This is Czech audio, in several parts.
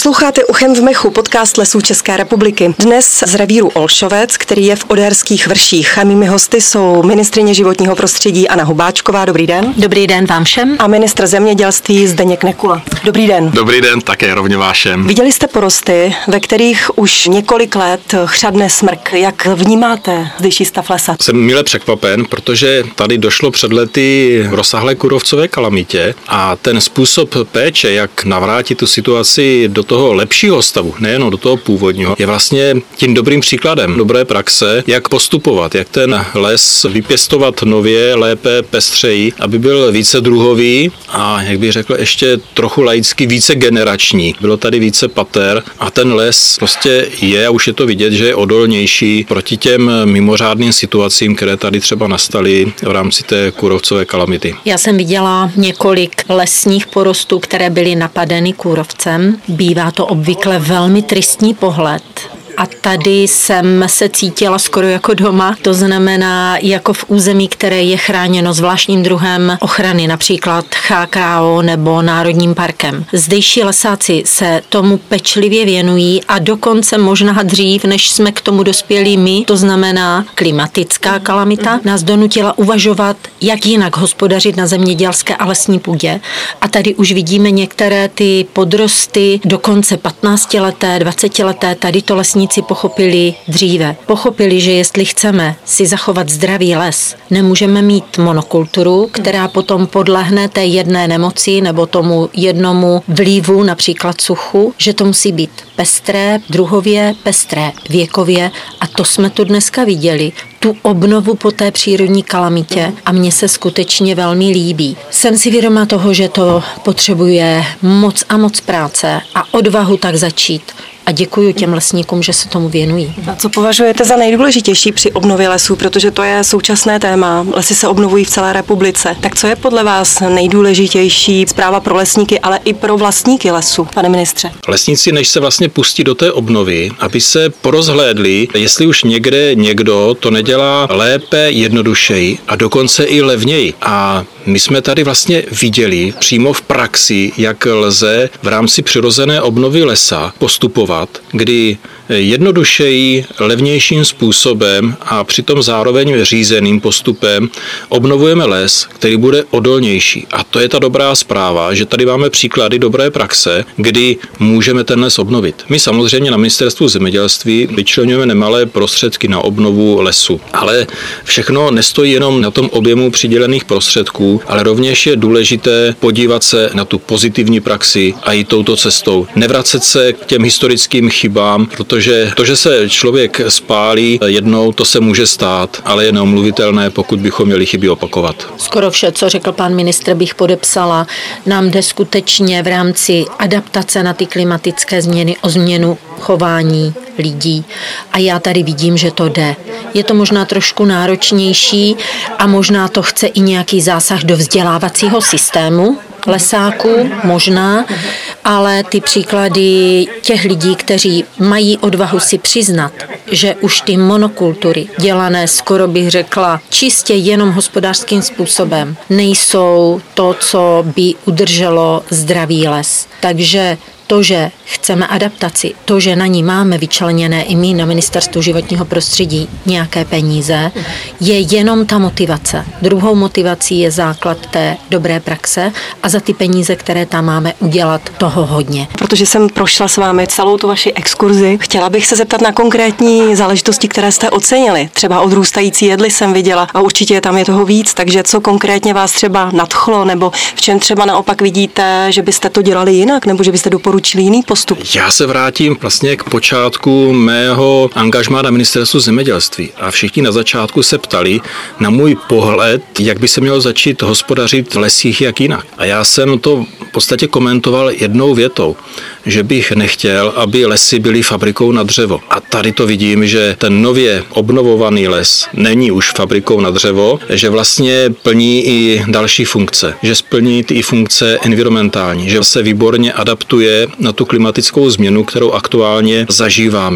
Posloucháte Uchem v mechu, podcast Lesů České republiky. Dnes z revíru Olšovec, který je v Oderských Vrších. A mými hosty jsou ministryně životního prostředí Anna Hubáčková. Dobrý den. Dobrý den vám všem. A ministr zemědělství Zdeněk Nekula. Dobrý den. Dobrý den, také rovně vás všem. Viděli jste porosty, ve kterých už několik let chřadne smrk. Jak vnímáte zdejší stav lesa? Jsem mile překvapen, protože tady došlo před lety rozsáhlé kůrovcové kalamitě a ten způsob péče, jak navrátit tu situaci do toho lepšího stavu, nejenom do toho původního, je vlastně tím dobrým příkladem dobré praxe, jak postupovat, jak ten les vypěstovat nově, lépe, pestřeji, aby byl více druhový a, jak bych řekl, ještě trochu laicky více generační. Bylo tady více pater a ten les prostě je, a už je to vidět, že je odolnější proti těm mimořádným situacím, které tady třeba nastaly v rámci té kůrovcové kalamity. Já jsem viděla několik lesních porostů, které byly napadeny kůrovcem. Bývá to obvykle velmi tristní pohled. A tady jsem se cítila skoro jako doma, to znamená jako v území, které je chráněno zvláštním druhem ochrany, například CHKO nebo Národním parkem. Zdejší lesáci se tomu pečlivě věnují a dokonce možná dřív, než jsme k tomu dospěli my, to znamená klimatická kalamita, nás donutila uvažovat, jak jinak hospodařit na zemědělské a lesní půdě. A tady už vidíme některé ty podrosty, dokonce 15leté, 20leté, tady to lesníci pochopili dříve. Pochopili, že jestli chceme si zachovat zdravý les, nemůžeme mít monokulturu, která potom podlehne té jedné nemoci nebo tomu jednomu vlivu, například suchu, že to musí být pestré, druhově, pestré, věkově a to jsme tu dneska viděli. Tu obnovu po té přírodní kalamitě a mně se skutečně velmi líbí. Jsem si vědoma toho, že to potřebuje moc a moc práce a odvahu tak začít. A děkuji těm lesníkům, že se tomu věnují. A co považujete za nejdůležitější při obnově lesů, protože to je současné téma. Lesy se obnovují v celé republice. Tak co je podle vás nejdůležitější zpráva pro lesníky, ale i pro vlastníky lesů, pane ministře? Lesníci, než se vlastně pustí do té obnovy, aby se porozhlédli, jestli už někde někdo to nedělá lépe, jednodušeji a dokonce i levněji. A my jsme tady vlastně viděli přímo v praxi, jak lze v rámci přirozené obnovy lesa postupovat, kdy jednodušeji, levnějším způsobem a přitom zároveň řízeným postupem obnovujeme les, který bude odolnější. A to je ta dobrá zpráva, že tady máme příklady dobré praxe, kdy můžeme ten les obnovit. My samozřejmě na Ministerstvu zemědělství vyčleňujeme nemalé prostředky na obnovu lesu, ale všechno nestojí jenom na tom objemu přidělených prostředků, ale rovněž je důležité podívat se na tu pozitivní praxi a jít touto cestou. Nevracet se k těm historickým chybám, protože to, že se člověk spálí jednou, to se může stát, ale je neomluvitelné, pokud bychom měli chyby opakovat. Skoro vše, co řekl pan ministr, bych podepsala. Nám jde skutečně v rámci adaptace na ty klimatické změny o změnu chování lidí. A já tady vidím, že to jde. Je to možná trošku náročnější a možná to chce i nějaký zásah do vzdělávacího systému lesáků, možná, ale ty příklady těch lidí, kteří mají odvahu si přiznat, že už ty monokultury dělané, skoro bych řekla, čistě jenom hospodářským způsobem, nejsou to, co by udrželo zdravý les. Takže to, že chceme adaptaci, to, že na ní máme vyčleněné i my na Ministerstvu životního prostředí nějaké peníze, je jenom ta motivace. Druhou motivací je základ té dobré praxe a za ty peníze, které tam máme, udělat toho hodně. Protože jsem prošla s vámi celou tu vaši exkurzi, chtěla bych se zeptat na konkrétní záležitosti, které jste ocenili. Třeba odrůstající jedli jsem viděla a určitě tam je toho víc, takže co konkrétně vás třeba nadchlo, nebo v čem třeba naopak vidíte, že byste to dělali jinak, nebo že byste doporučili jiný postup? Já se vrátím vlastně k počátku mého angažmá na Ministerstvu zemědělství a všichni na začátku se ptali na můj pohled, jak by se mělo začít hospodařit v lesích, jak jinak. A já jsem to v podstatě komentoval jednou větou, že bych nechtěl, aby lesy byly fabrikou na dřevo. A tady to vidím, že ten nově obnovovaný les není už fabrikou na dřevo, že vlastně plní i další funkce, že splní i funkce environmentální, že se výborně adaptuje na tu klimatickou změnu, kterou aktuálně zažíváme.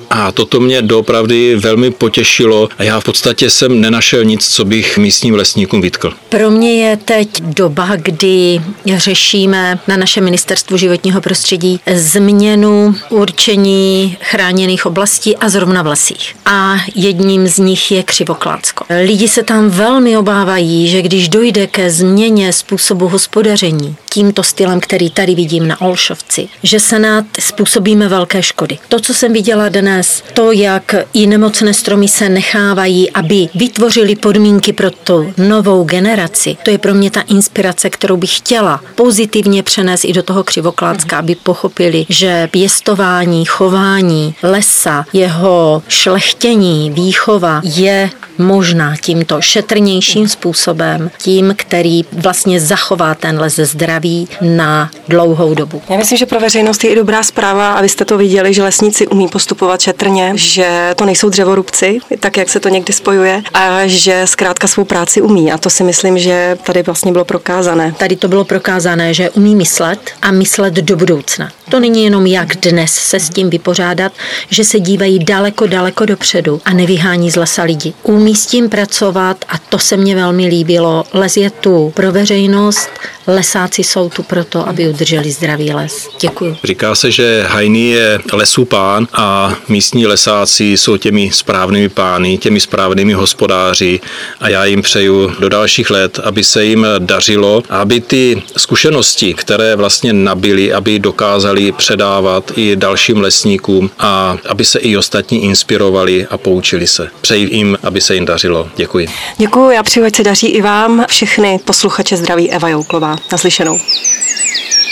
A toto mě doopravdy velmi potěšilo a já v podstatě jsem nenašel nic, co bych místním lesníkům vytkl. Pro mě je teď doba, kdy řešíme na našem ministerstvu životního prostředí změnu určení chráněných oblastí a zrovna v lesích. A jedním z nich je Křivoklátsko. Lidi se tam velmi obávají, že když dojde ke změně způsobu hospodaření tímto stylem, který tady vidím na Olšovci, že se způsobíme velké škody. To, co jsem viděla dnes, to, jak i nemocné stromy se nechávají, aby vytvořili podmínky pro tu novou generaci, to je pro mě ta inspirace, kterou bych chtěla pozitivně přenést i do toho Křivoklátska, aby pochopili, že pěstování, chování lesa, jeho šlechtění, výchova je možná tímto šetrnějším způsobem, tím, který vlastně zachová ten les zdraví na dlouhou dobu. Já myslím, že pro veřejnost je i dobrá zpráva, abyste to viděli, že lesníci umí postupovat šetrně, že to nejsou dřevorubci, tak jak se to někdy spojuje, a že zkrátka svou práci umí. A to si myslím, že tady vlastně bylo prokázané. Tady to bylo prokázané, že umí myslet a myslet do budoucna. To není jenom jak dnes se s tím vypořádat, že se dívají daleko, daleko dopředu a nevyhání z lesa lidi. Umí s tím pracovat a to se mně velmi líbilo. Les je tu pro veřejnost, lesáci jsou tu proto, aby udrželi zdravý les. Děkuju. Říká se, že hajný je lesů pán a místní lesáci jsou těmi správnými pány, těmi správnými hospodáři a já jim přeju do dalších let, aby se jim dařilo, aby ty zkušenosti, které vlastně nabili, aby dokázali předávat i dalším lesníkům a aby se i ostatní inspirovali a poučili se. Přeji jim, aby se jim dařilo. Děkuji. Děkuji, já přeju, ať se daří i vám. Všechny posluchače zdraví Eva Jouklová. Naslyšenou.